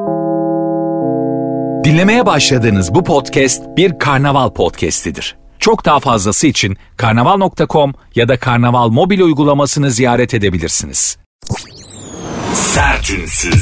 Dinlemeye başladığınız bu podcast bir Karnaval podcastidir. Çok daha fazlası için karnaval.com ya da Karnaval mobil uygulamasını ziyaret edebilirsiniz. Sertünsüz.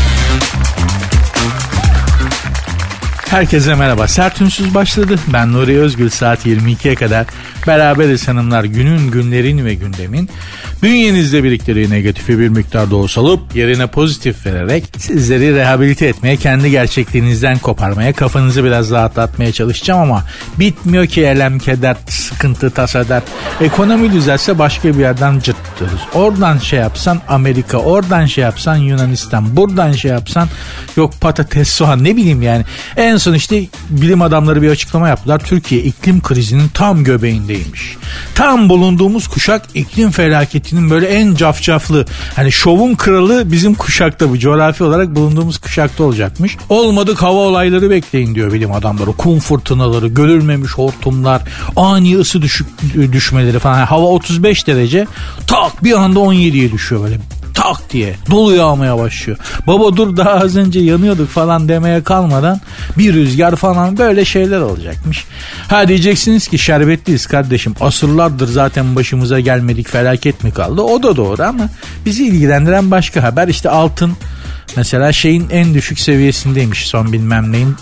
Herkese merhaba. Sertünsüz başladı. Ben Nuri Özgül, saat 22'ye kadar beraberiz hanımlar. Günlerin ve gündemin bünyenizde biriktirdiği negatifi bir miktarda olsa alıp yerine pozitif vererek sizleri rehabilite etmeye, kendi gerçekliğinizden koparmaya, kafanızı biraz rahatlatmaya çalışacağım ama bitmiyor ki elem, keder, sıkıntı, tasa, dert. Ekonomi düzelse başka bir yerden cırtlıyoruz. Oradan şey yapsan Amerika, oradan şey yapsan Yunanistan, buradan şey yapsan yok patates, soğan, ne bileyim yani. En son işte bilim adamları bir açıklama yaptılar. Türkiye iklim krizinin tam göbeğindeymiş. Tam bulunduğumuz kuşak iklim felaketinin böyle en cafcaflı, hani şovun kralı bizim kuşakta, bu coğrafi olarak bulunduğumuz kuşakta olacakmış. Olmadık hava olayları bekleyin diyor bilim adamları. Kum fırtınaları, görülmemiş hortumlar, ani ısı düşmeleri falan. Yani hava 35 derece tak bir anda 17'ye düşüyor böyle. Tak diye dolu yağmaya başlıyor. Baba dur, daha az önce yanıyorduk falan demeye kalmadan bir rüzgar falan, böyle şeyler olacakmış. Ha diyeceksiniz ki şerbetliyiz kardeşim, asırlardır zaten başımıza gelmedik, felaket mi kaldı? O da doğru ama bizi ilgilendiren başka haber. İşte altın mesela şeyin en düşük seviyesindeymiş, son bilmem neyin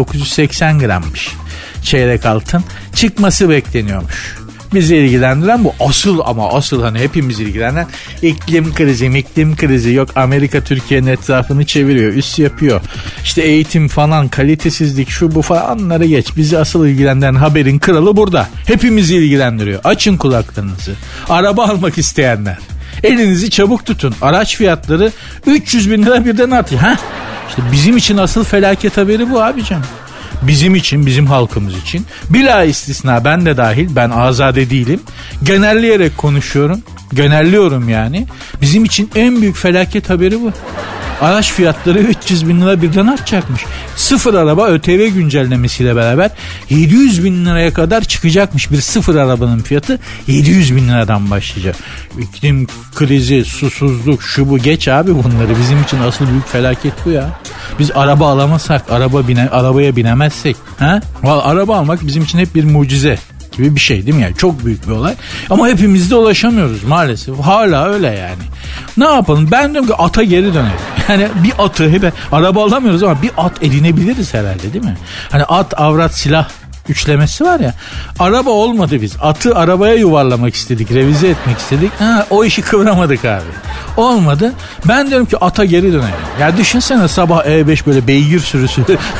980 grammış çeyrek altın, çıkması bekleniyormuş. Bizi ilgilendiren bu. Asıl hani hepimizi ilgilenen iklim krizi. Yok Amerika Türkiye'nin etrafını çeviriyor, üst yapıyor. İşte eğitim falan, kalitesizlik, şu bu falan, onları geç. Bizi asıl ilgilendiren haberin kralı burada. Hepimizi ilgilendiriyor. Açın kulaklarınızı. Araba almak isteyenler, elinizi çabuk tutun. Araç fiyatları 300 bin lira birden artıyor. İşte bizim için asıl felaket haberi bu abicim. Bizim için, bizim halkımız için. Bila istisna, ben de dahil, ben azade değilim. Genelleyerek konuşuyorum. Genelliyorum yani. Bizim için en büyük felaket haberi bu. Araç fiyatları 300 bin lira birden artacakmış. Sıfır araba ÖTV güncellemesiyle beraber 700 bin liraya kadar çıkacakmış. Bir sıfır arabanın fiyatı 700 bin liradan başlayacak. İklim krizi, susuzluk, şu bu, geç abi bunları. Bizim için asıl büyük felaket bu ya. Biz araba alamazsak, arabaya binemezsek. Araba almak bizim için hep bir mucize gibi bir şey değil mi yani? Çok büyük bir olay. Ama hepimiz de ulaşamıyoruz maalesef. Hala öyle yani. Ne yapalım? Ben diyorum ki ata geri dönelim. Yani bir atı, araba alamıyoruz ama bir at edinebiliriz herhalde değil mi? Hani at, avrat, silah üçlemesi var ya. Araba olmadı biz. Atı arabaya yuvarlamak istedik, revize etmek istedik. O işi kıvıramadık abi. Olmadı. Ben diyorum ki ata geri dönelim. Ya düşünsene sabah E5 böyle beygir sürüsü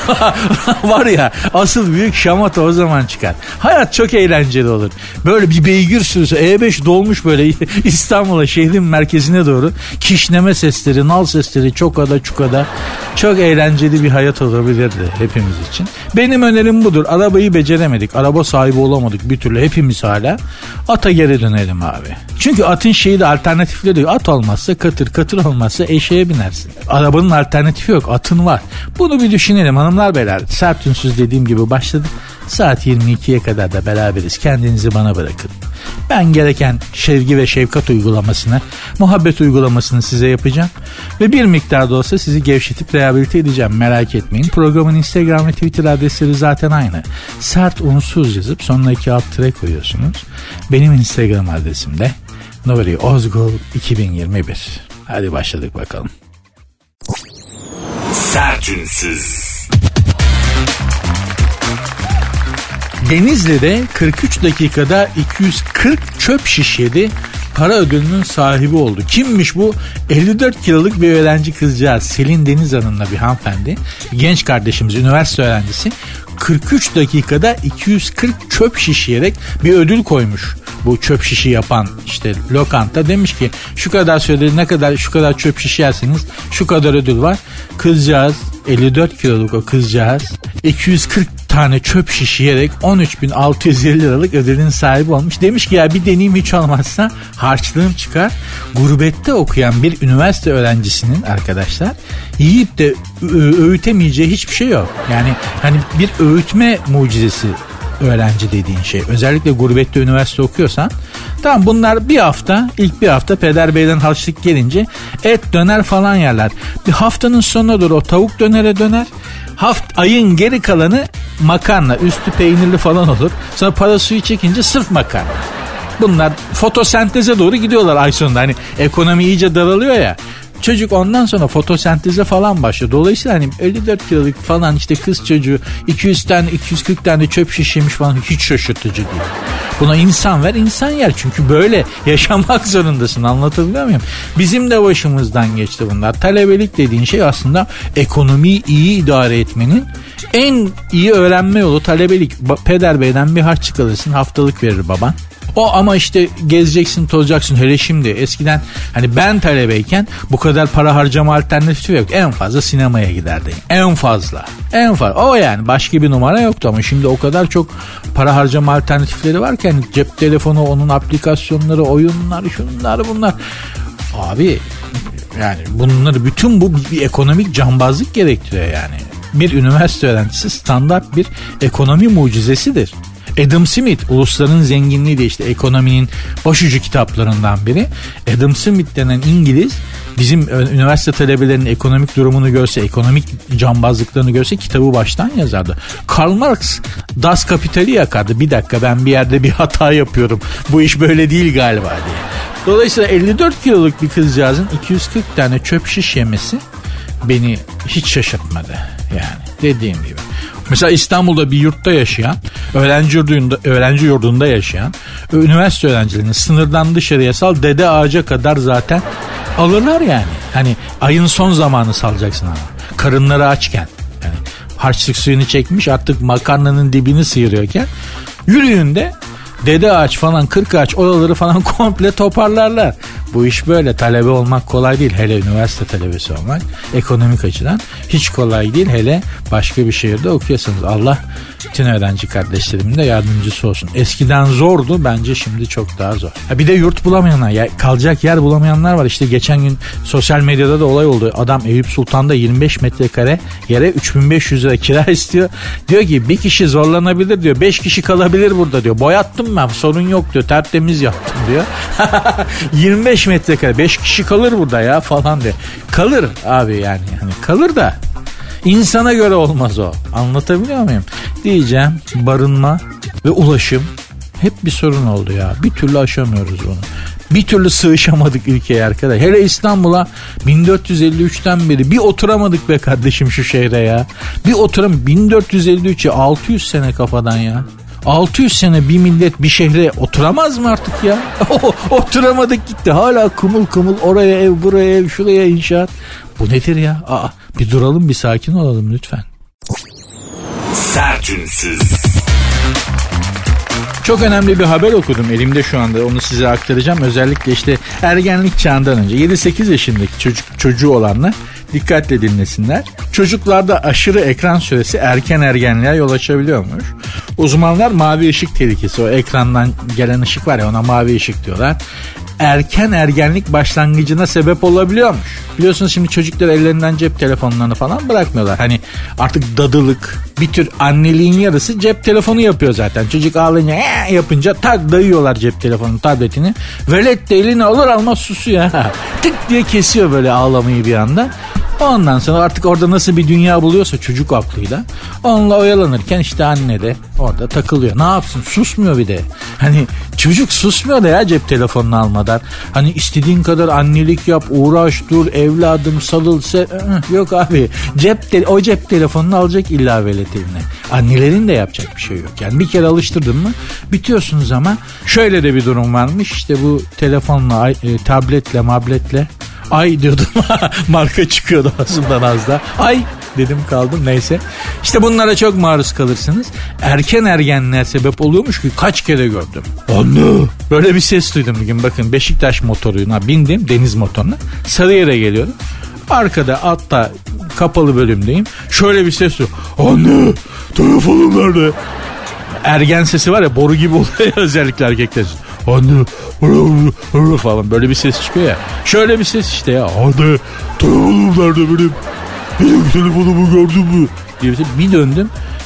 var ya, asıl büyük şamata o zaman çıkar. Hayat çok eğlenceli olur. Böyle bir beygir sürüsü E5 dolmuş böyle İstanbul'a, şehrin merkezine doğru. Kişneme sesleri, nal sesleri, çokada çukada. Çok eğlenceli bir hayat olabilirdi hepimiz için. Benim önerim budur. Arabayı beceremedik. Araba sahibi olamadık bir türlü hepimiz hala. Ata geri dönelim abi. Çünkü atın şeyi de, alternatifleri diyor. At olmazsa katır, katır olmazsa eşeğe binersin. Arabanın alternatifi yok, atın var. Bunu bir düşünelim hanımlar beyler. Sertünsüz dediğim gibi başladık. Saat 22'ye kadar da beraberiz. Kendinizi bana bırakın. Ben gereken sevgi ve şefkat uygulamasını, muhabbet uygulamasını size yapacağım. Ve bir miktar da olsa sizi gevşetip rehabilite edeceğim. Merak etmeyin. Programın Instagram ve Twitter adresleri zaten aynı. Sert unsuz yazıp sonuna 2 alt tire koyuyorsunuz. Benim Instagram adresim de Nuri Ozgul 2021. Hadi başladık bakalım. Sertünsüz. Denizli'de 43 dakikada 240 çöp şiş yedi. Para ödülünün sahibi oldu. Kimmiş bu? 54 kiloluk bir öğrenci kızcağız. Selin Deniz Hanım'la bir hanımefendi. Genç kardeşimiz, üniversite öğrencisi. 43 dakikada 240 çöp şiş yiyerek bir ödül koymuş. Bu çöp şişi yapan işte lokanta demiş ki şu kadar sürede ne kadar şu kadar çöp şişi yerseniz şu kadar ödül var. Kızcağız, 54 kiloluk o kızcağız 240 tane çöp şiş yiyerek 13.650 liralık ödülün sahibi olmuş. Demiş ki ya bir deneyim, hiç olmazsa harçlığım çıkar. Gurbette okuyan bir üniversite öğrencisinin arkadaşlar yiyip de öğütemeyeceği hiçbir şey yok. Yani hani bir öğütme mucizesi öğrenci dediğin şey. Özellikle gurbette üniversite okuyorsan. Tamam, bunlar ilk bir hafta peder beyden harçlık gelince et döner falan yerler. Bir haftanın sonuna doğru o tavuk dönere döner. Ayın geri kalanı makarna, üstü peynirli falan olur. Sonra para suyu çekince sırf makarna. Bunlar fotosenteze doğru gidiyorlar ay sonunda. Hani ekonomi iyice daralıyor ya. Çocuk ondan sonra fotosenteze falan başlıyor. Dolayısıyla hani 54 kiloluk falan işte kız çocuğu 200 tane 240 tane çöp şiş yemiş falan hiç şaşırtıcı değil. Buna insan ver, insan yer. Çünkü böyle yaşamak zorundasın. Anlatabiliyor muyum? Bizim de başımızdan geçti bunlar. Talebelik dediğin şey aslında ekonomiyi iyi idare etmenin en iyi öğrenme yolu talebelik. Peder beyden bir harçlık alırsın, haftalık verir baban. O ama işte gezeceksin, tozacaksın. Hele şimdi eskiden hani ben talebeyken bu kadar para harcama alternatifi yok. En fazla sinemaya giderdim. En fazla. O yani başka bir numara yoktu ama şimdi o kadar çok para harcama alternatifleri var ki hani cep telefonu, onun aplikasyonları, oyunlar, şunlar bunlar. Abi yani bunları bütün bu bir ekonomik cambazlık gerektiriyor yani. Bir üniversite öğrencisi standart bir ekonomi mucizesidir. Adam Smith, Ulusların Zenginliği de işte ekonominin başucu kitaplarından biri. Adam Smith denen İngiliz bizim üniversite talebelerinin ekonomik durumunu görse, ekonomik cambazlıklarını görse kitabı baştan yazardı. Karl Marx Das Kapital'i yakardı. Bir dakika, ben bir yerde bir hata yapıyorum. Bu iş böyle değil galiba diye. Dolayısıyla 54 kiloluk bir kızcağızın 240 tane çöp şiş yemesi beni hiç şaşırtmadı. Yani dediğim gibi. Mesela İstanbul'da bir yurtta yaşayan, öğrenci yurdunda yaşayan üniversite öğrencilerini sınırdan dışarıya sal, dede ağaca kadar zaten alırlar yani. Hani ayın son zamanı salacaksın ama. Karınları açken. Yani harçlık suyunu çekmiş, artık makarnanın dibini sıyırıyorken yürüyünde dede ağaç falan, 40 ağaç, oraları falan komple toparlarlar. Bu iş böyle. Talebe olmak kolay değil. Hele üniversite talebesi olmak ekonomik açıdan hiç kolay değil. Hele başka bir şehirde okuyorsanız. Allah bütün öğrenci kardeşlerimin de yardımcısı olsun. Eskiden zordu, bence şimdi çok daha zor. Bir de yurt bulamayanlar, kalacak yer bulamayanlar var. İşte geçen gün sosyal medyada da olay oldu. Adam Eyüp Sultan'da 25 metrekare yere 3500 lira kira istiyor. Diyor ki bir kişi zorlanabilir diyor. 5 kişi kalabilir burada diyor. Boyattım ben, sorun yok diyor. Tertemiz yaptım diyor. 25 metrekare 5 kişi kalır burada ya falan diyor. Kalır abi yani kalır da insana göre olmaz o. Anlatabiliyor muyum? Diyeceğim, barınma ve ulaşım hep bir sorun oldu ya. Bir türlü aşamıyoruz bunu. Bir türlü sığışamadık ülkeye arkadaş. Hele İstanbul'a 1453'ten beri bir oturamadık be kardeşim şu şehre ya. 1453 ya, 600 sene kafadan ya. 600 sene bir millet bir şehre oturamaz mı artık ya? Oturamadık gitti. Hala kımıl kımıl oraya ev, buraya ev, şuraya inşaat. Bu nedir ya? Bir duralım, bir sakin olalım lütfen. Sertünsüz. Çok önemli bir haber okudum elimde şu anda, onu size aktaracağım. Özellikle işte ergenlik çağından önce 7-8 yaşındaki çocuğu olanlar dikkatle dinlesinler. Çocuklarda aşırı ekran süresi erken ergenliğe yol açabiliyormuş. Uzmanlar mavi ışık tehlikesi, o ekrandan gelen ışık var ya, ona mavi ışık diyorlar, erken ergenlik başlangıcına sebep olabiliyormuş. Biliyorsunuz şimdi çocuklar ellerinden cep telefonlarını falan bırakmıyorlar. Hani artık dadılık, bir tür anneliğin yarısı cep telefonu yapıyor zaten. Çocuk ağlayınca yapınca tak dayıyorlar cep telefonunu, tabletini. Velet de elini alır almaz susuyor. Tık diye kesiyor böyle ağlamayı bir anda. Ondan sonra artık orada nasıl bir dünya buluyorsa çocuk aklıyla, onunla oyalanırken işte anne de orada takılıyor. Ne yapsın? Susmuyor bir de. Hani çocuk susmuyor da ya cep telefonunu almadan. Hani istediğin kadar annelik yap, uğraş, dur, evladım sarıl. Yok abi. O cep telefonunu alacak illa velet eline. Annelerin de yapacak bir şey yok. Yani bir kere alıştırdın mı bitiyorsunuz ama şöyle de bir durum varmış. İşte bu telefonla, tabletle, mabletle. Ay diyordum. Marka çıkıyordu ağzımdan az da. Ay dedim kaldım, neyse. İşte bunlara çok maruz kalırsınız. Erken ergenliğe sebep oluyormuş ki kaç kere gördüm. Anne! Böyle bir ses duydum bugün. Bakın Beşiktaş motoruna bindim, deniz motoruna. Sarıyer'e geliyorum. Arkada altta kapalı bölümdeyim. Şöyle bir ses duyuyor. Anne! Telefonum nerede? Ergen sesi var ya, boru gibi oluyor ya, özellikle erkekler. Anne falan böyle bir ses çıkıyor ya. Şöyle bir ses işte ya. Anne telefonum nerede benim? Benim telefonumu gördün mü? Diye bir döndüm.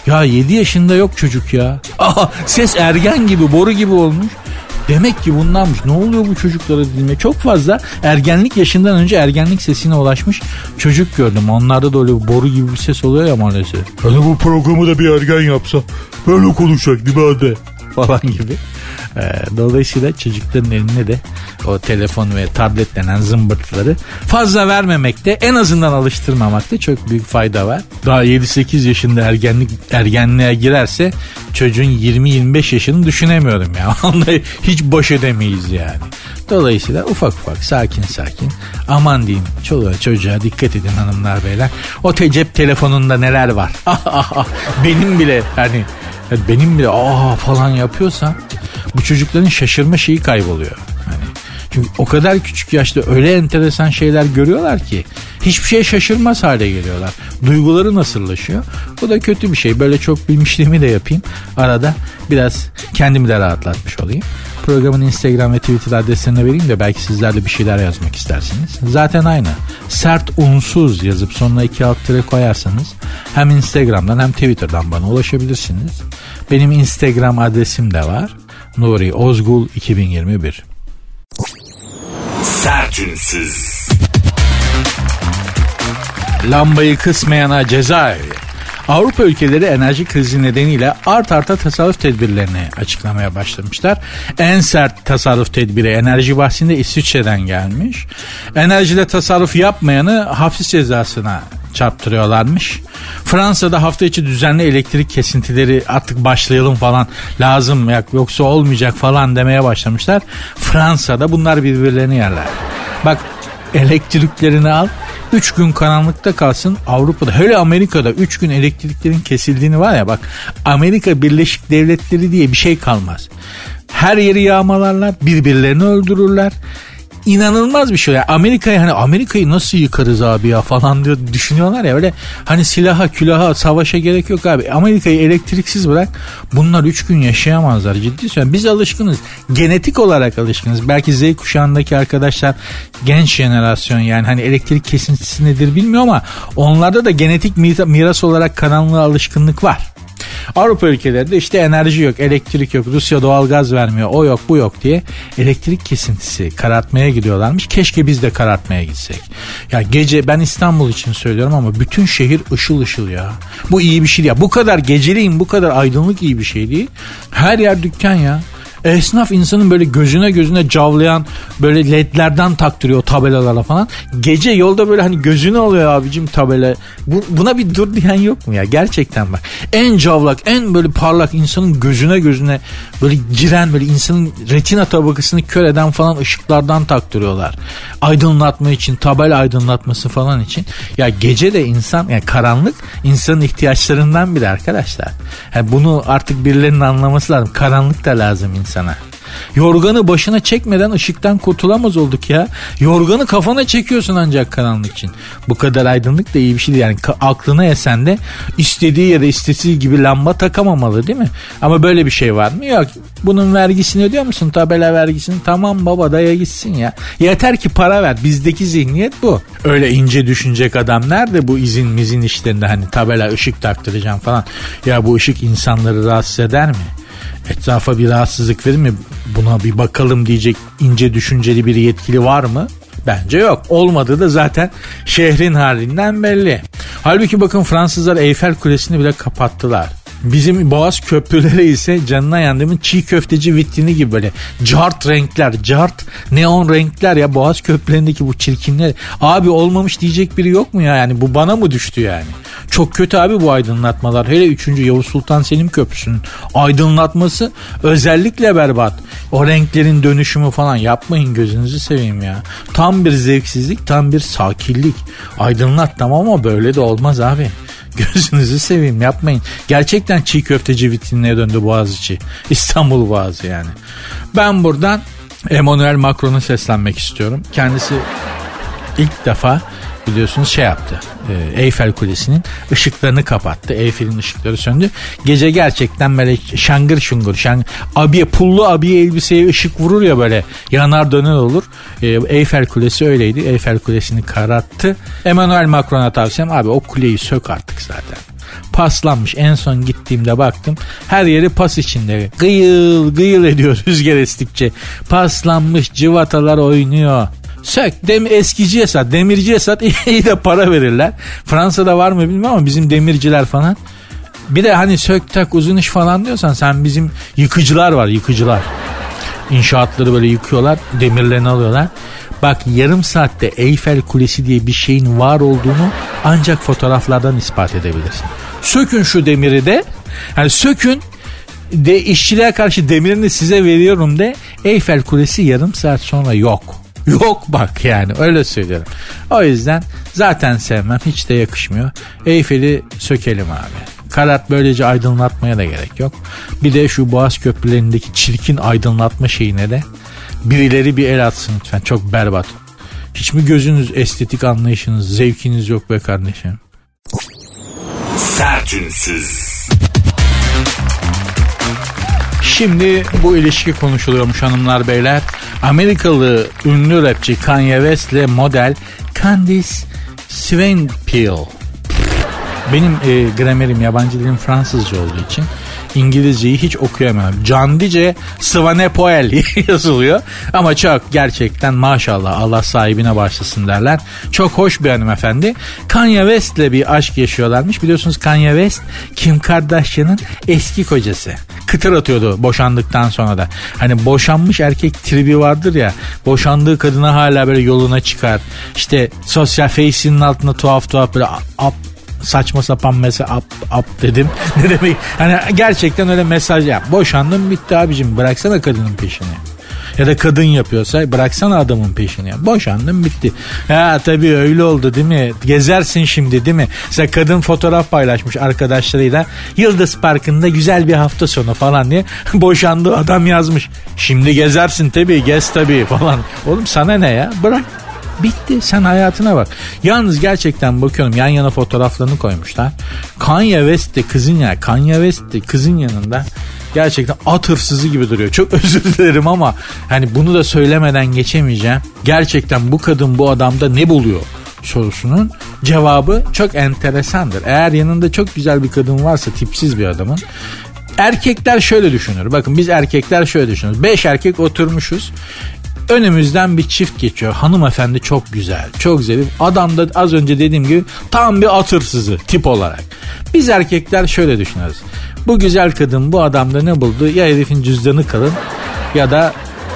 Ya 7 yaşında yok çocuk ya. Aha, ses ergen gibi, boru gibi olmuş. Demek ki bundanmış. Ne oluyor bu çocuklara dinle? Çok fazla ergenlik yaşından önce ergenlik sesine ulaşmış çocuk gördüm. Onlarda da öyle boru gibi bir ses oluyor ya maalesef. Hani bu programı da bir ergen yapsa böyle konuşacak değil mi hadi? Falan gibi. Dolayısıyla çocukların eline de o telefon ve tablet denen zımbırtıları fazla vermemekte, en azından alıştırmamakta çok büyük fayda var. Daha 7-8 yaşında ergenliğe girerse çocuğun 20-25 yaşını düşünemiyorum ya. Onunla hiç baş edemeyiz yani. Dolayısıyla ufak ufak sakin aman diyeyim çocuğa dikkat edin hanımlar beyler. O cep telefonunda neler var. Benim bile falan yapıyorsam bu çocukların şaşırma şeyi kayboluyor. Hani çünkü o kadar küçük yaşta öyle enteresan şeyler görüyorlar ki hiçbir şeye şaşırmaz hale geliyorlar. Duyguları nasıllaşıyor? Bu da kötü bir şey. Böyle çok bilmişliğimi de yapayım. Arada biraz kendimi de rahatlatmış olayım. Programın Instagram ve Twitter adreslerini vereyim de belki sizler de bir şeyler yazmak istersiniz. Zaten aynı. Sert unsuz yazıp sonuna 2 alt tire koyarsanız hem Instagram'dan hem Twitter'dan bana ulaşabilirsiniz. Benim Instagram adresim de var. Nuri Ozgul 2021. Sertünsüz. Lambayı kısmayana cezaevi. Avrupa ülkeleri enerji krizi nedeniyle arta tasarruf tedbirlerini açıklamaya başlamışlar. En sert tasarruf tedbiri enerji bahsinde İsviçre'den gelmiş. Enerjide tasarruf yapmayanı hapis cezasına çarptırıyorlarmış. Fransa'da hafta içi düzenli elektrik kesintileri artık başlayalım falan lazım yoksa olmayacak falan demeye başlamışlar. Fransa'da bunlar birbirlerini yerler. Bak elektriklerini al 3 gün karanlıkta kalsın. Avrupa'da hele Amerika'da 3 gün elektriklerin kesildiğini var ya bak Amerika Birleşik Devletleri diye bir şey kalmaz. Her yeri yağmalarlar, birbirlerini öldürürler. İnanılmaz bir şey. Yani Amerika'yı nasıl yıkarız abi ya falan diyor düşünüyorlar ya öyle hani silaha külaha savaşa gerek yok abi. Amerika'yı elektriksiz bırak. Bunlar 3 gün yaşayamazlar ciddi söylüyorum. Biz alışkınız. Genetik olarak alışkınız. Belki Z kuşağındaki arkadaşlar genç jenerasyon yani hani elektrik kesintisi nedir bilmiyor ama onlarda da genetik miras olarak karanlığa alışkınlık var. Avrupa ülkelerinde işte enerji yok, elektrik yok, Rusya doğalgaz vermiyor, o yok, bu yok diye elektrik kesintisi karartmaya gidiyorlarmış. Keşke biz de karartmaya gitsek. Ya gece ben İstanbul için söylüyorum ama bütün şehir ışıl ışıl ya. Bu iyi bir şey ya. Bu kadar geceleyin bu kadar aydınlık iyi bir şey değil. Her yer dükkan ya. Esnaf insanın böyle gözüne cavlayan böyle ledlerden taktırıyor tabelalara falan. Gece yolda böyle hani gözüne alıyor abicim tabela. Buna bir dur diyen yok mu ya? Gerçekten bak. En cavlak, en böyle parlak insanın gözüne böyle giren böyle insanın retina tabakasını kör eden falan ışıklardan taktırıyorlar. Aydınlatma için, tabela aydınlatması falan için. Ya gece de insan yani karanlık insanın ihtiyaçlarından biri arkadaşlar. Yani bunu artık birilerinin anlaması lazım. Karanlık da lazım insana. Yorganı başına çekmeden ışıktan kurtulamaz olduk ya. Yorganı kafana çekiyorsun ancak karanlık için. Bu kadar aydınlık da iyi bir şey değil. Yani aklına esen de istediği yere istediği gibi lamba takamamalı değil mi? Ama böyle bir şey var mı? Yok. Bunun vergisini ödüyor musun? Tabela vergisini. Tamam baba daya gitsin ya. Yeter ki para ver. Bizdeki zihniyet bu. Öyle ince düşünecek adam nerede bu izin işlerinde hani tabela ışık taktıracağım falan. Ya bu ışık insanları rahatsız eder mi? Etrafa bir rahatsızlık verir mi? Buna bir bakalım diyecek ince düşünceli bir yetkili var mı? Bence yok. Olmadığı da zaten şehrin halinden belli. Halbuki bakın Fransızlar Eyfel Kulesi'ni bile kapattılar. Bizim Boğaz köprüleri ise canına yandığımın çiğ köfteci vitrini gibi böyle cart renkler, neon renkler ya Boğaz köprülerindeki bu çirkinler. Abi olmamış diyecek biri yok mu ya? Yani bu bana mı düştü yani? Çok kötü abi bu aydınlatmalar. Hele 3. Yavuz Sultan Selim Köprüsü'nün aydınlatması özellikle berbat. O renklerin dönüşümü falan yapmayın gözünüzü seveyim ya. Tam bir zevksizlik, tam bir sakinlik. Aydınlat tamam ama böyle de olmaz abi. Gözünüzü seveyim yapmayın. Gerçekten çiğ köfteci vitrinine döndü Boğaziçi. İstanbul Boğazı yani. Ben buradan Emmanuel Macron'a seslenmek istiyorum. Kendisi ilk defa biliyorsunuz şey yaptı. Eyfel Kulesi'nin ışıklarını kapattı. Eyfel'in ışıkları söndü. Gece gerçekten böyle şangır şungur. Pullu abiye elbiseye ışık vurur ya böyle. Yanar döner olur. Eyfel Kulesi öyleydi. Eyfel Kulesi'ni kararttı. Emmanuel Macron'a tavsiyem abi o kuleyi sök artık zaten. paslanmış. En son gittiğimde baktım her yeri pas içinde. Gıyıl gıyıl ediyor rüzgar estikçe. Paslanmış, cıvatalar oynuyor. Sök, eskiciye sat, demirciye sat, iyi de para verirler. Fransa'da var mı bilmiyorum ama bizim demirciler falan. Bir de hani sök tak uzun iş falan diyorsan sen bizim yıkıcılar var, yıkıcılar. İnşaatları böyle yıkıyorlar, demirlerini alıyorlar. Bak yarım saatte Eyfel Kulesi diye bir şeyin var olduğunu ancak fotoğraflardan ispat edebilirsin. Sökün şu demiri de, hani sökün de işçiliğe karşı demirini size veriyorum de, Eyfel Kulesi yarım saat sonra yok. Yok bak yani öyle söylüyorum. O yüzden zaten sevmem, hiç de yakışmıyor. Eyfel'i sökelim abi. Karat böylece aydınlatmaya da gerek yok. Bir de şu Boğaz köprülerindeki çirkin aydınlatma şeyine de birileri bir el atsın lütfen. Çok berbat. Hiç mi gözünüz, estetik anlayışınız, zevkiniz yok be kardeşim? Sertünsüz. Şimdi bu ilişki konuşuluyormuş hanımlar beyler. Amerikalı ünlü rapçi Kanye West ile model Candice Swainpeel. Benim gramerim, yabancı dilim Fransızca olduğu için İngilizceyi hiç okuyamıyorum. Candice Swainpeel yazılıyor. Ama çok gerçekten maşallah, Allah sahibine başlasın derler. Çok hoş bir hanımefendi. Kanye West ile bir aşk yaşıyorlarmış. Biliyorsunuz Kanye West Kim Kardashian'ın eski kocası. Kıtır atıyordu boşandıktan sonra da. Hani boşanmış erkek tribi vardır ya. Boşandığı kadına hala böyle yoluna çıkar. İşte sosyal face'inin altında tuhaf böyle saçma sapan mesela up dedim. Ne demek? Hani gerçekten öyle mesaj yap. Boşandım bitti abicim, bıraksana kadının peşini. Ya da kadın yapıyorsa bıraksana adamın peşini. Boşandım bitti. Ha tabii öyle oldu değil mi? Gezersin şimdi değil mi? Mesela kadın fotoğraf paylaşmış arkadaşlarıyla. Yıldız Parkı'nda güzel bir hafta sonu falan diye. Boşandığı adam yazmış. Şimdi gezersin tabii, gez tabii falan. Oğlum sana ne ya? Bırak. Bitti, sen hayatına bak. Yalnız gerçekten bakıyorum yan yana fotoğraflarını koymuşlar. Kanye West de kızın yanında gerçekten at hırsızı gibi duruyor. Çok özür dilerim ama hani bunu da söylemeden geçemeyeceğim. Gerçekten bu kadın bu adamda ne buluyor sorusunun cevabı çok enteresandır. Eğer yanında çok güzel bir kadın varsa, tipsiz bir adamın, erkekler şöyle düşünür. Bakın biz erkekler şöyle düşünürüz. 5 erkek oturmuşuz. Önümüzden bir çift geçiyor. Hanımefendi çok güzel, çok zarif. Adam da az önce dediğim gibi tam bir at hırsızı tip olarak. Biz erkekler şöyle düşünürüz. Bu güzel kadın bu adamda ne buldu? Ya herifin cüzdanı kalın ya da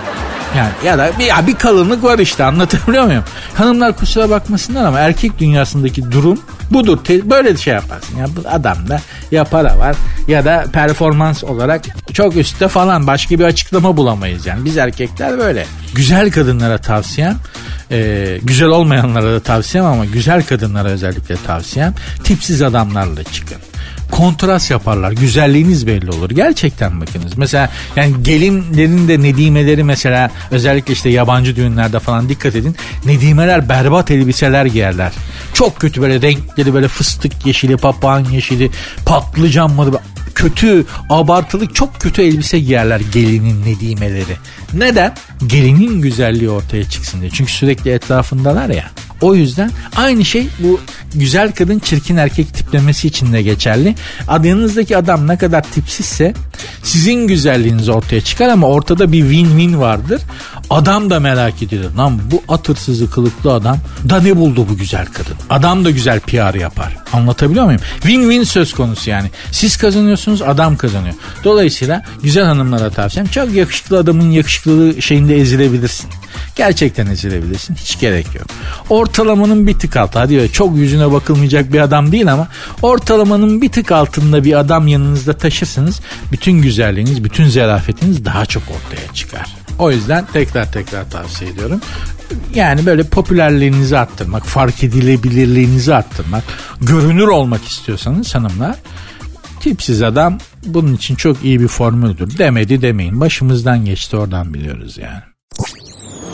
bir kalınlık var işte, anlatabiliyor muyum? Hanımlar kusura bakmasınlar ama erkek dünyasındaki durum budur. Böyle şey yaparsın. Ya bu adamda ya para var ya da performans olarak çok üstte falan, başka bir açıklama bulamayız yani. Biz erkekler böyle. Güzel kadınlara tavsiyem, güzel olmayanlara da tavsiyem ama güzel kadınlara özellikle tavsiyem, tipsiz adamlarla çıkın. Kontrast yaparlar. Güzelliğiniz belli olur. Gerçekten bakınız. Mesela yani gelinlerin de nedimeleri mesela özellikle işte yabancı düğünlerde falan dikkat edin. Nedimeler berbat elbiseler giyerler. Çok kötü böyle renkleri, böyle fıstık yeşili, papağan yeşili, patlıcan mı, kötü, abartılı, çok kötü elbise giyerler gelinin nedimeleri. Neden? Gelinin güzelliği ortaya çıksın diye. Çünkü sürekli etrafındalar ya. O yüzden aynı şey bu güzel kadın çirkin erkek tiplemesi için de geçerli. Yanınızdaki adam ne kadar tipsizse sizin güzelliğiniz ortaya çıkar ama ortada bir win-win vardır. Adam da merak ediyor. Lan bu at hırsızı kılıklı adam da ne buldu bu güzel kadın? Adam da güzel PR yapar. Anlatabiliyor muyum? Win-win söz konusu yani. Siz kazanıyorsunuz, adam kazanıyor. Dolayısıyla güzel hanımlara tavsiyem, çok yakışıklı adamın yakışıklılığı şeyinde ezilebilirsin. Gerçekten ezilebilirsin. Hiç gerek yok. Ortalamanın bir tık altı. Hadi öyle çok yüzüne bakılmayacak bir adam değil ama ortalamanın bir tık altında bir adam yanınızda taşırsanız bütün güzelliğiniz, bütün zarafetiniz daha çok ortaya çıkar. O yüzden tekrar tavsiye ediyorum. Yani böyle popülerliğinizi arttırmak, fark edilebilirliğinizi arttırmak, görünür olmak istiyorsanız hanımlar, tipsiz adam bunun için çok iyi bir formüldür. Demedi demeyin. Başımızdan geçti, oradan biliyoruz yani.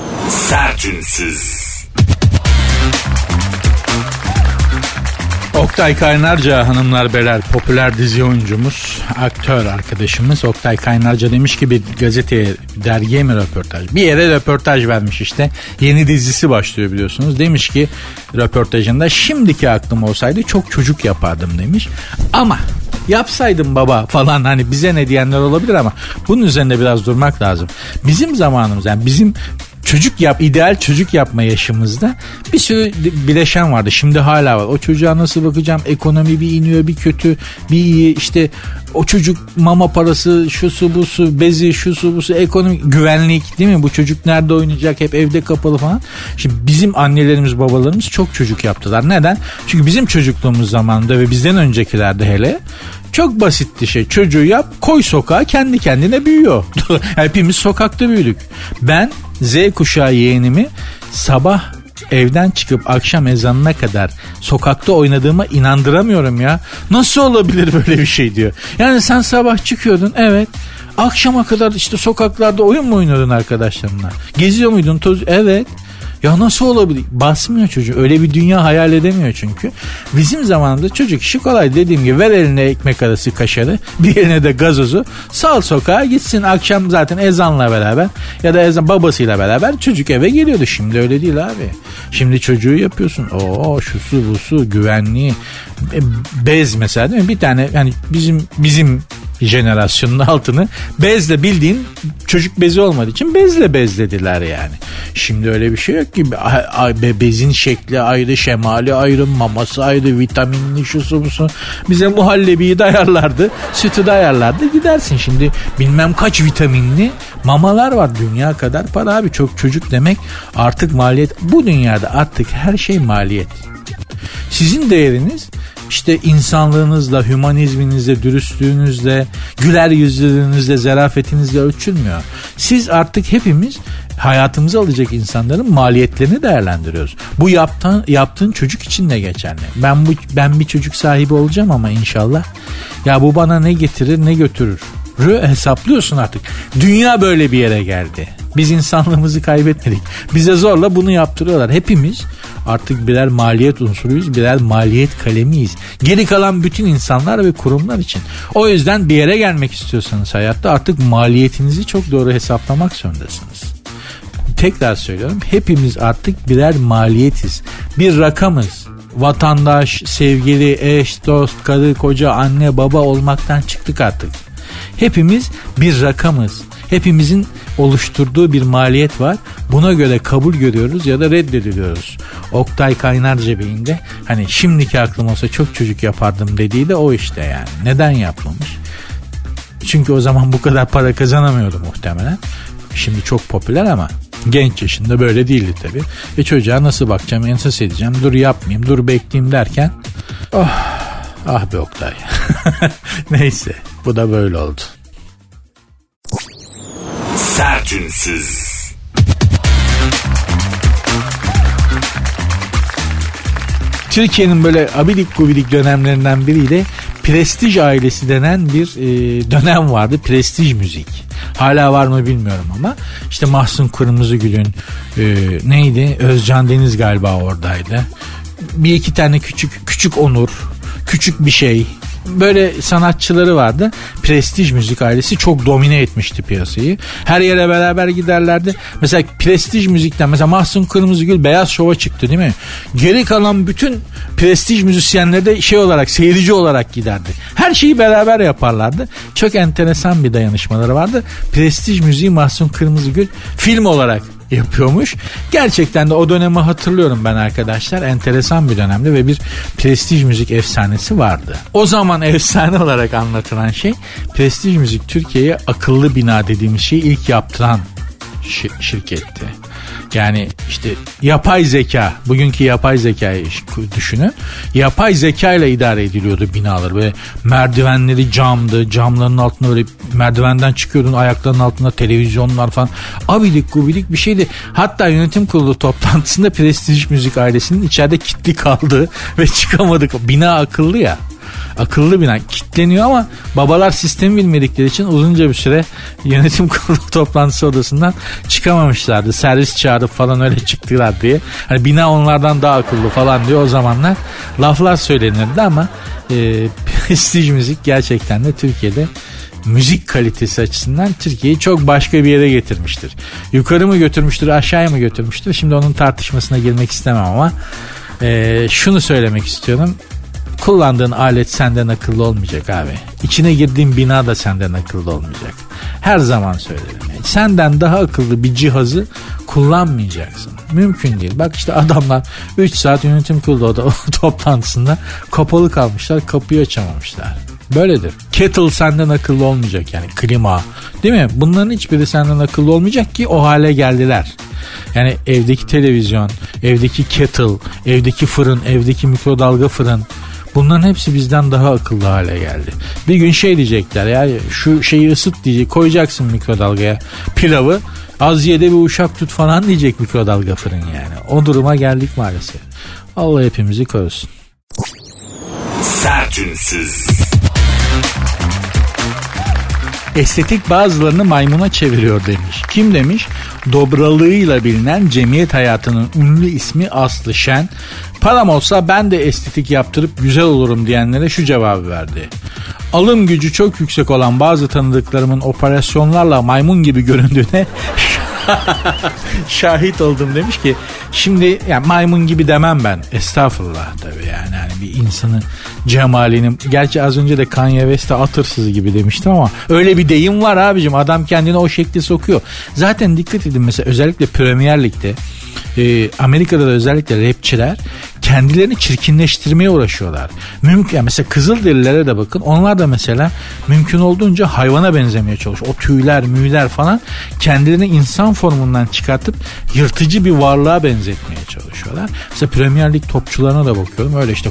Sertünsüz. Oktay Kaynarca hanımlar beyler, popüler dizi oyuncumuz, aktör arkadaşımız Oktay Kaynarca demiş ki bir gazeteye, dergiye mi röportaj? Bir yere röportaj vermiş işte. Yeni dizisi başlıyor biliyorsunuz. Demiş ki röportajında, şimdiki aklım olsaydı çok çocuk yapardım demiş. Ama yapsaydım baba falan, hani bize ne diyenler olabilir ama bunun üzerinde biraz durmak lazım. Bizim zamanımız, yani bizim ideal çocuk yapma yaşımızda bir sürü bileşen vardı. Şimdi hala var. O çocuğa nasıl bakacağım? Ekonomi bir iniyor, bir kötü, bir iyi. İşte o çocuk mama parası, şusu busu, bezi, şusu busu, ekonomi, güvenlik, değil mi? Bu çocuk nerede oynayacak? Hep evde kapalı falan. Şimdi bizim annelerimiz, babalarımız çok çocuk yaptılar. Neden? Çünkü bizim çocukluğumuz zamanında ve bizden öncekilerde hele çok basitti şey. Çocuğu yap, koy sokağa, kendi kendine büyüyor. Hepimiz sokakta büyüdük. Ben Z kuşağı yeğenimi sabah evden çıkıp akşam ezanına kadar sokakta oynadığıma inandıramıyorum ya. Nasıl olabilir böyle bir şey diyor. Yani sen sabah çıkıyordun, evet. Akşama kadar işte sokaklarda oyun mu oynuyordun arkadaşlarınla? Geziyor muydun? Evet. Ya nasıl olabilir? Basmıyor çocuğu. Öyle bir dünya hayal edemiyor çünkü. Bizim zamanımızda çocuk işi kolay. Dediğim gibi ver eline ekmek arası kaşarı, bir eline de gazozu, sal sokağa gitsin. Akşam zaten ezanla beraber ya da ezan babasıyla beraber çocuk eve geliyordu. Şimdi öyle değil abi. Şimdi çocuğu yapıyorsun. Şusu busu, güvenliği, bez mesela, değil mi? Bir tane yani bizim jenerasyonun altını bezle, bildiğin çocuk bezi olmadığı için bezle bezlediler yani. Şimdi öyle bir şey yok ki. Bezin şekli ayrı, şemali ayrı, maması ayrı, vitaminli, şusu busu. Bize muhallebiyi dayarlardı, sütü dayarlardı, gidersin. Şimdi bilmem kaç vitaminli mamalar var. Dünya kadar para abi. Çok çocuk demek artık maliyet. Bu dünyada artık her şey maliyet. Sizin değeriniz İşte insanlığınızla, hümanizminizle, dürüstlüğünüztüğünüzle, güler yüzlülüğünüzle, zarafetinizle ölçülmüyor. Siz artık hepimiz hayatımıza alacak insanların maliyetlerini değerlendiriyoruz. Bu yaptığın çocuk için de geçerli. Ben bir çocuk sahibi olacağım ama inşallah. Ya bu bana ne getirir ne götürür? Hesaplıyorsun artık. Dünya böyle bir yere geldi. Biz insanlığımızı kaybetmedik. Bize zorla bunu yaptırıyorlar. Hepimiz artık birer maliyet unsuruyuz, birer maliyet kalemiyiz. Geri kalan bütün insanlar ve kurumlar için. O yüzden bir yere gelmek istiyorsanız hayatta artık maliyetinizi çok doğru hesaplamak zorundasınız. Tekrar söylüyorum, hepimiz artık birer maliyetiz. Bir rakamız. Vatandaş, sevgili, eş, dost, karı, koca, anne, baba olmaktan çıktık artık. Hepimiz bir rakamız. Hepimizin oluşturduğu bir maliyet var. Buna göre kabul görüyoruz ya da reddediliyoruz. Oktay Kaynarca Bey'in de hani şimdiki aklım olsa çok çocuk yapardım dediği de o işte yani. Neden yapılmış? Çünkü o zaman bu kadar para kazanamıyordu muhtemelen. Şimdi çok popüler ama genç yaşında böyle değildi tabii. Çocuğa nasıl bakacağım, ensas edeceğim, dur yapmayayım, dur bekleyeyim derken ah be Oktay. Neyse, bu da böyle oldu. Sertünsüz. Türkiye'nin böyle abidik gubidik dönemlerinden biriyle Prestij ailesi denen bir dönem vardı. Prestij müzik. Hala var mı bilmiyorum ama işte Mahsun Kırmızıgül'ün neydi? Özcan Deniz galiba oradaydı. Bir iki tane küçük Onur, küçük bir şey. Böyle sanatçıları vardı. Prestij müzik ailesi çok domine etmişti piyasayı. Her yere beraber giderlerdi. Mesela Prestij müzikten mesela Mahsun Kırmızıgül Beyaz Şov'a çıktı değil mi? Geri kalan bütün Prestij müzisyenleri de seyirci olarak giderdi. Her şeyi beraber yaparlardı. Çok enteresan bir dayanışmaları vardı. Prestij müziği Mahsun Kırmızıgül film olarak yapıyormuş. Gerçekten de o dönemi hatırlıyorum ben arkadaşlar. Enteresan bir dönemde ve bir prestij müzik efsanesi vardı. O zaman efsane olarak anlatılan şey, prestij müzik Türkiye'ye akıllı bina dediğimiz şeyi ilk yaptıran şirketti. Yani işte yapay zeka, bugünkü yapay zekayı düşünün. Yapay zeka ile idare ediliyordu binalar. Böyle merdivenleri camdı. Camların altında böyle merdivenden çıkıyordun, ayaklarının altında televizyonlar falan. Abidik gubidik bir şeydi. Hatta yönetim kurulu toplantısında Prestij Müzik ailesinin içeride kilitli kaldığı ve çıkamadık. Bina akıllı ya. Akıllı bina kilitleniyor ama babalar sistemi bilmedikleri için uzunca bir süre yönetim kurulu toplantısı odasından çıkamamışlardı. Servis çağırıp falan öyle çıktılar diye. Hani bina onlardan daha akıllı falan diye o zamanlar laflar söylenirdi ama prestij müzik gerçekten de Türkiye'de müzik kalitesi açısından Türkiye'yi çok başka bir yere getirmiştir. Yukarı mı götürmüştür, aşağıya mı götürmüştür? Şimdi onun tartışmasına girmek istemem ama şunu söylemek istiyorum. Kullandığın alet senden akıllı olmayacak abi. İçine girdiğin bina da senden akıllı olmayacak. Her zaman söylerim. Yani senden daha akıllı bir cihazı kullanmayacaksın. Mümkün değil. Bak işte adamlar 3 saat yönetim kurulu toplantısında kapalı kalmışlar. Kapıyı açamamışlar. Böyledir. Kettle senden akıllı olmayacak yani klima. Değil mi? Bunların hiçbiri senden akıllı olmayacak ki o hale geldiler. Yani evdeki televizyon, evdeki kettle, evdeki fırın, evdeki mikrodalga fırın. Bunların hepsi bizden daha akıllı hale geldi. Bir gün şey diyecekler ya şu şeyi ısıt diyecek koyacaksın mikrodalgaya pilavı. Az ye de bir uşak tut falan diyecek mikrodalga fırın yani. O duruma geldik maalesef. Allah hepimizi korusun. Sertünsüz. Estetik bazılarını maymuna çeviriyor demiş. Kim demiş? Dobralığıyla bilinen cemiyet hayatının ünlü ismi Aslı Şen. Param olsa ben de estetik yaptırıp güzel olurum diyenlere şu cevabı verdi. Alım gücü çok yüksek olan bazı tanıdıklarımın operasyonlarla maymun gibi göründüğüne şahit oldum demiş ki şimdi yani maymun gibi demem ben. Estağfurullah tabii yani bir insanın cemalinin gerçi az önce de Kanye West'e at hırsızı gibi demiştim ama öyle bir deyim var abicim. Adam kendini o şekilde sokuyor. Zaten dikkat edin mesela özellikle Premier Lig'de Amerika'da da özellikle rapçiler kendilerini çirkinleştirmeye uğraşıyorlar. Yani mesela Kızılderililere de bakın. Onlar da mesela mümkün olduğunca hayvana benzemeye çalışıyor. O tüyler, müyler falan kendilerini insan formundan çıkartıp yırtıcı bir varlığa benzetmeye çalışıyorlar. Mesela Premier Lig topçularına da bakıyorum. Öyle işte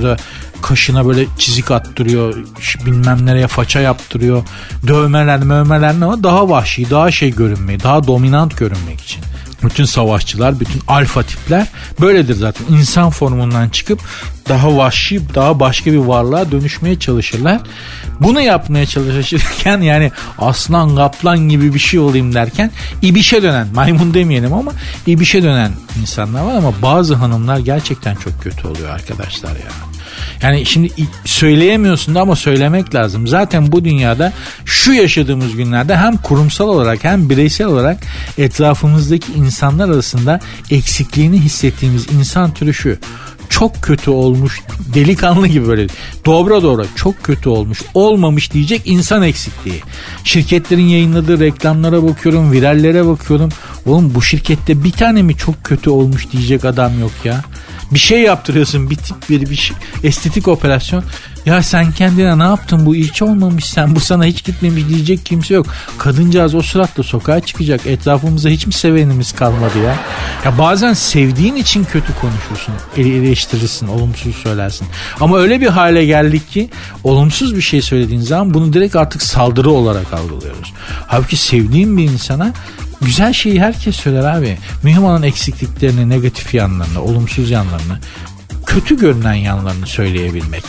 kaşına böyle çizik attırıyor. Bilmem nereye faça yaptırıyor. Dövmeler ama daha vahşi, daha görünmeyi, daha dominant görünmek için. Bütün savaşçılar, bütün alfa tipler böyledir zaten. İnsan formundan çıkıp daha vahşi, daha başka bir varlığa dönüşmeye çalışırlar. Bunu yapmaya çalışırken yani aslan, kaplan gibi bir şey olayım derken ibişe dönen, maymun demeyelim ama ibişe dönen insanlar var ama bazı hanımlar gerçekten çok kötü oluyor arkadaşlar ya. Yani şimdi söyleyemiyorsun da ama söylemek lazım. Zaten bu dünyada şu yaşadığımız günlerde hem kurumsal olarak hem bireysel olarak etrafımızdaki insanlar arasında eksikliğini hissettiğimiz insan türü şu. Çok kötü olmuş, delikanlı gibi böyle dobra çok kötü olmuş, olmamış diyecek insan eksikliği. Şirketlerin yayınladığı reklamlara bakıyorum, virallere bakıyorum. Oğlum bu şirkette bir tane mi çok kötü olmuş diyecek adam yok ya. Bir şey yaptırıyorsun, bir tip bir şey, estetik operasyon. Ya sen kendine ne yaptın, bu hiç olmamış, sen bu sana hiç gitmemiş diyecek kimse yok. Kadıncağız o suratla sokağa çıkacak. Etrafımızda hiç mi sevenimiz kalmadı ya? Ya bazen sevdiğin için kötü konuşursun, eleştirirsin, olumsuz söylersin. Ama öyle bir hale geldik ki olumsuz bir şey söylediğin zaman bunu direkt artık saldırı olarak algılıyoruz. Halbuki sevdiğin bir insana güzel şeyi herkes söyler abi. Mühim olan eksikliklerini, negatif yanlarını, olumsuz yanlarını, kötü görünen yanlarını söyleyebilmek.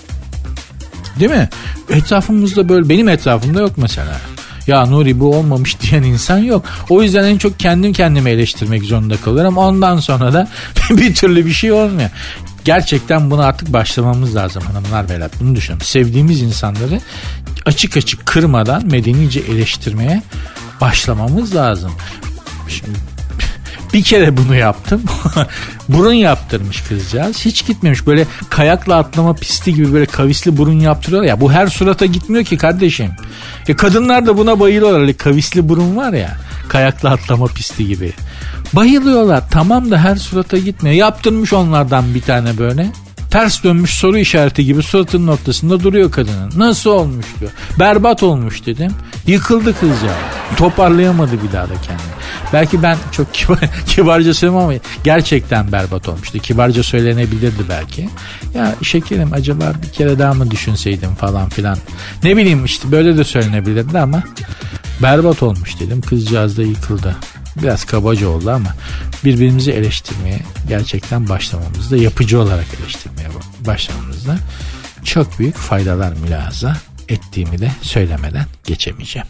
Değil mi? Etrafımızda böyle, benim etrafımda yok mesela. Ya Nuri bu olmamış diyen insan yok. O yüzden en çok kendimi eleştirmek zorunda kalıyorum. Ondan sonra da bir türlü bir şey olmuyor. Gerçekten buna artık başlamamız lazım hanımlar beyler. Bunu düşünün. Sevdiğimiz insanları açık açık kırmadan medenice eleştirmeye başlamamız lazım. Şimdi bir kere bunu yaptım. Burun yaptırmış kızcağız. Hiç gitmemiş. Böyle kayakla atlama pisti gibi böyle kavisli burun yaptırıyorlar ya. Bu her surata gitmiyor ki kardeşim. Kadınlar da buna bayılıyorlar. Öyle kavisli burun var ya. Kayakla atlama pisti gibi. Bayılıyorlar. Tamam da her surata gitmiyor. Yaptırmış onlardan bir tane böyle. Ters dönmüş soru işareti gibi suratının ortasında duruyor kadının. Nasıl olmuş diyor. Berbat olmuş dedim. Yıkıldı kızcağız. Toparlayamadı bir daha da kendini. Belki ben çok kibarca söylüyorum ama gerçekten berbat olmuştu. Kibarca söylenebilirdi belki. Ya şekerim acaba bir kere daha mı düşünseydim falan filan. Ne bileyim işte böyle de söylenebilirdi ama berbat olmuş dedim. Kızcağız da yıkıldı. Biraz kabaca oldu ama birbirimizi eleştirmeye gerçekten başlamamızda, yapıcı olarak eleştirmeye başlamamızda çok büyük faydalar mülahaza ettiğimi de söylemeden geçemeyeceğim.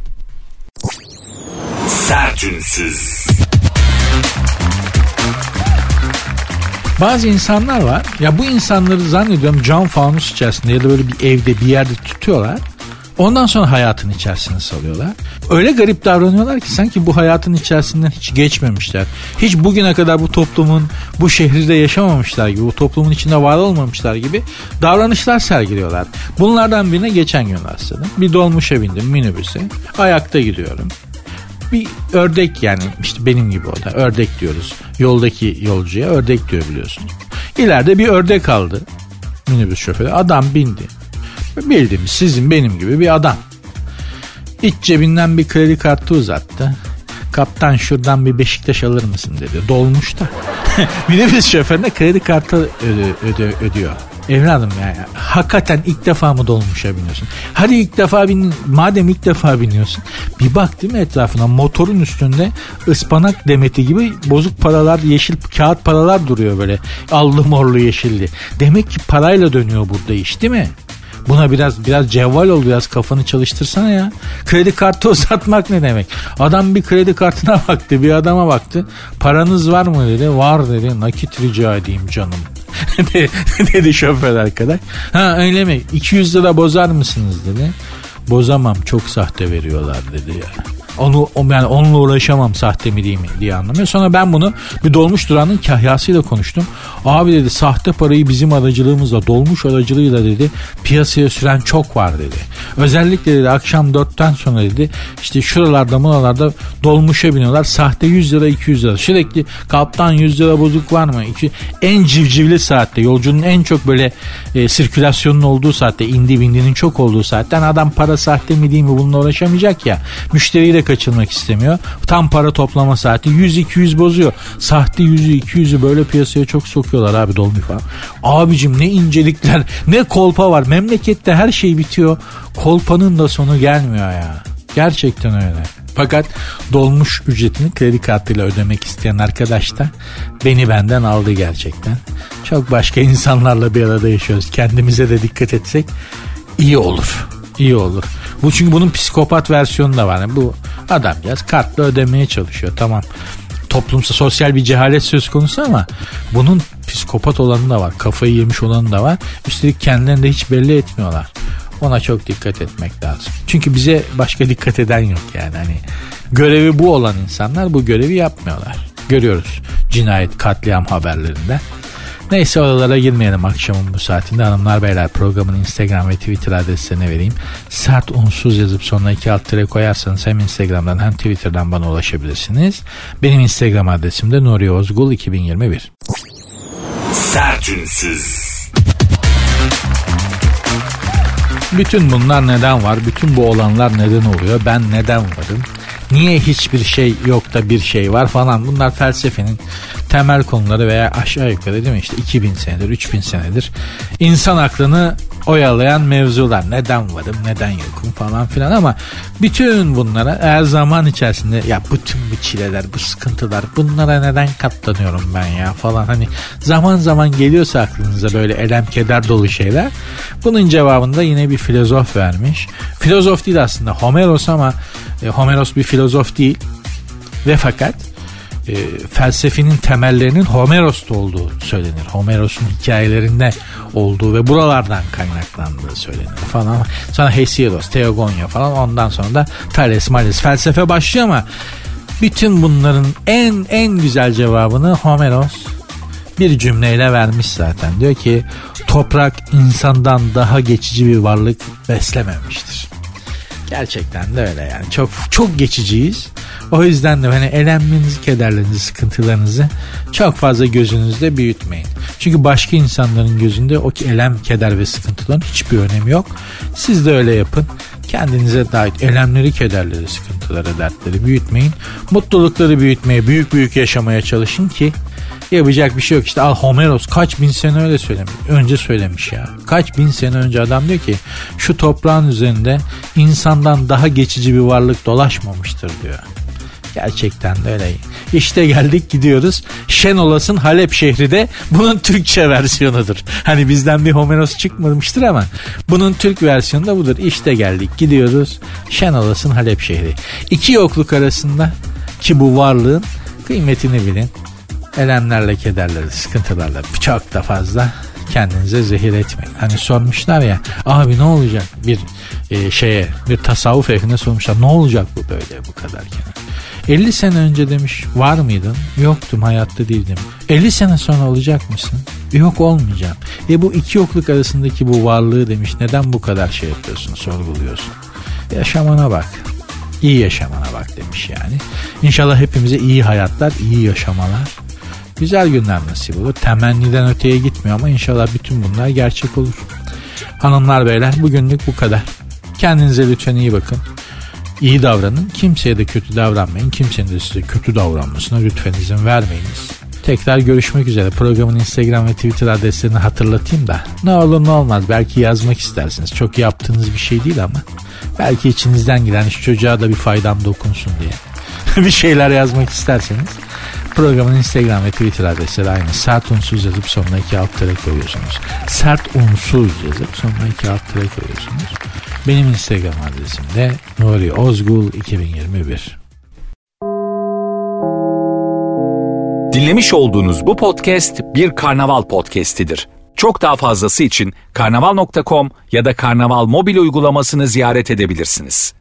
Sertünsüz. Bazı insanlar var. Ya bu insanları zannediyorum cam fanus içerisinde ya da böyle bir evde bir yerde tutuyorlar. Ondan sonra hayatın içerisine salıyorlar. Öyle garip davranıyorlar ki sanki bu hayatın içerisinden hiç geçmemişler. Hiç bugüne kadar bu toplumun, bu şehirde yaşamamışlar gibi, bu toplumun içinde var olmamışlar gibi davranışlar sergiliyorlar. Bunlardan birine geçen gün rastladım. Bir dolmuşa bindim, minibüse. Ayakta gidiyorum. Bir ördek, yani işte benim gibi o da ördek diyoruz. Yoldaki yolcuya ördek diyor biliyorsunuz. İleride bir ördek aldı minibüs şoförü. Adam bindi. Bildiğimiz sizin benim gibi bir adam. İç cebinden bir kredi kartı uzattı. Kaptan şuradan bir Beşiktaş alır mısın dedi. Dolmuş da. Minibüs şoförüne kredi kartı ödüyor. Evladım yani hakikaten ilk defa mı dolmuşa biniyorsun? Hadi ilk defa bin, madem ilk defa biniyorsun bir bak değil mi etrafına, motorun üstünde ıspanak demeti gibi bozuk paralar, yeşil kağıt paralar duruyor böyle allı morlu yeşilli. Demek ki parayla dönüyor burada iş değil mi? Buna biraz cevval ol, biraz kafanı çalıştırsana ya. Kredi kartı uzatmak ne demek? Adam bir kredi kartına baktı, bir adama baktı. Paranız var mı dedi. Var dedi. Nakit rica edeyim canım. dedi şoför arkadaş. Ha öyle mi? 200 lira bozar mısınız dedi. Bozamam, çok sahte veriyorlar dedi ya. Yani onunla uğraşamam, sahte mi değil mi diye anlamıyor. Sonra ben bunu bir dolmuş durağının kahyasıyla konuştum. Abi dedi, sahte parayı bizim aracılığımızla, dolmuş aracılığıyla dedi piyasaya süren çok var dedi. Özellikle dedi akşam 4'ten sonra dedi işte şuralarda buralarda dolmuşa biniyorlar. Sahte 100 lira 200 lira. Sürekli kaptan 100 lira bozuk var mı? En civcivli saatte, yolcunun en çok böyle sirkülasyonun olduğu saatte, indi bindinin çok olduğu saatten adam para sahte mi değil mi bununla uğraşamayacak ya. Müşteriyi de kaçırmak istemiyor. Tam para toplama saati 100-200 bozuyor. Sahte 100'ü 200'ü böyle piyasaya çok sokuyorlar abi, dolmuş falan. Abicim ne incelikler, ne kolpa var. Memlekette her şey bitiyor. Kolpanın da sonu gelmiyor ya. Gerçekten öyle. Fakat dolmuş ücretini kredi kartıyla ödemek isteyen arkadaş da beni benden aldı gerçekten. Çok başka insanlarla bir arada yaşıyoruz. Kendimize de dikkat etsek iyi olur. İyi olur. Bu çünkü bunun psikopat versiyonu da var. Yani bu adamcağız kartla ödemeye çalışıyor. Tamam. Toplumsal, sosyal bir cehalet söz konusu ama bunun psikopat olanı da var. Kafayı yemiş olanı da var. Üstelik kendilerini de hiç belli etmiyorlar. Ona çok dikkat etmek lazım. Çünkü bize başka dikkat eden yok yani. Hani görevi bu olan insanlar bu görevi yapmıyorlar. Görüyoruz cinayet, katliam haberlerinde. Neyse oralara girmeyelim akşamın bu saatinde. Hanımlar beyler, programın Instagram ve Twitter adreslerine vereyim. Sert unsuz yazıp sonuna 2 alt tire koyarsanız hem Instagram'dan hem Twitter'dan bana ulaşabilirsiniz. Benim Instagram adresim de Nuri Ozgul 2021. Sert unsuz. Bütün bunlar neden var? Bütün bu olanlar neden oluyor? Ben neden varım? Niye hiçbir şey yok da bir şey var falan. Bunlar felsefenin temel konuları veya aşağı yukarı değil mi? İşte 2000 senedir, 3000 senedir insan aklını oyalayan mevzular. Neden varım, neden yokum falan filan, ama bütün bunlara eğer zaman içerisinde ya bütün bu çileler, bu sıkıntılar, bunlara neden katlanıyorum ben ya falan, hani zaman zaman geliyorsa aklınıza böyle elem keder dolu şeyler, bunun cevabında yine bir filozof vermiş. Filozof değil aslında, Homeros, ama Homeros bir filozof değil ve fakat felsefenin temellerinin Homeros'ta olduğu söylenir. Homeros'un hikayelerinde olduğu ve buralardan kaynaklandığı söylenir falan. Sonra Hesiod, Theogonia falan, ondan sonra da Thales, Males, felsefe başlıyor ama bütün bunların en güzel cevabını Homeros bir cümleyle vermiş zaten. Diyor ki toprak insandan daha geçici bir varlık beslememiştir. Gerçekten de öyle yani. Çok geçiciyiz. O yüzden de hani elemlerinizi, kederlerinizi, sıkıntılarınızı çok fazla gözünüzde büyütmeyin. Çünkü başka insanların gözünde o elem, keder ve sıkıntıların hiçbir önemi yok. Siz de öyle yapın. Kendinize dair elemleri, kederleri, sıkıntıları, dertleri büyütmeyin. Mutlulukları büyütmeye, büyük yaşamaya çalışın ki yapacak bir şey yok. İşte al Homeros kaç bin sene önce söylemiş ya. Kaç bin sene önce adam diyor ki şu toprağın üzerinde insandan daha geçici bir varlık dolaşmamıştır diyor. Gerçekten de öyle. İşte geldik gidiyoruz. Şenolas'ın Halep şehri de bunun Türkçe versiyonudur. Hani bizden bir Homeros çıkmamıştır ama bunun Türk versiyonu da budur. İşte geldik gidiyoruz. Şenolas'ın Halep şehri. İki yokluk arasında ki bu varlığın kıymetini bilin. Elemlerle, kederlerle, sıkıntılarla çok da fazla kendinize zehir etmeyin. Hani sormuşlar ya, abi ne olacak bir tasavvuf ehline sormuşlar, ne olacak bu böyle bu kadarken. 50 sene önce demiş var mıydın? Yoktum, hayatta değildim. 50 sene sonra olacak mısın? Yok, olmayacağım. Bu iki yokluk arasındaki bu varlığı demiş neden bu kadar şey yapıyorsun, sorguluyorsun? Yaşamana bak. İyi yaşamana bak demiş yani. İnşallah hepimize iyi hayatlar, iyi yaşamalar, güzel günler nasip olur. Temenniden öteye gitmiyor ama inşallah bütün bunlar gerçek olur. Hanımlar beyler, bugünlük bu kadar. Kendinize lütfen iyi bakın. İyi davranın. Kimseye de kötü davranmayın. Kimsenin de size kötü davranmasına lütfen izin vermeyiniz. Tekrar görüşmek üzere. Programın Instagram ve Twitter adreslerini hatırlatayım da ne olur ne olmaz. Belki yazmak istersiniz. Çok yaptığınız bir şey değil ama belki içinizden gelen şu çocuğa da bir faydam dokunsun diye bir şeyler yazmak isterseniz programın Instagram ve Twitter adresleri aynı. Sert unsuz yazıp sonuna 2 alt tere koyuyorsunuz. Sert unsuz yazıp sonuna 2 alt tere koyuyorsunuz. Benim Instagram adresim de Nuri Ozgul 2021. Dinlemiş olduğunuz bu podcast bir Karnaval podcastidir. Çok daha fazlası için karnaval.com ya da Karnaval mobil uygulamasını ziyaret edebilirsiniz.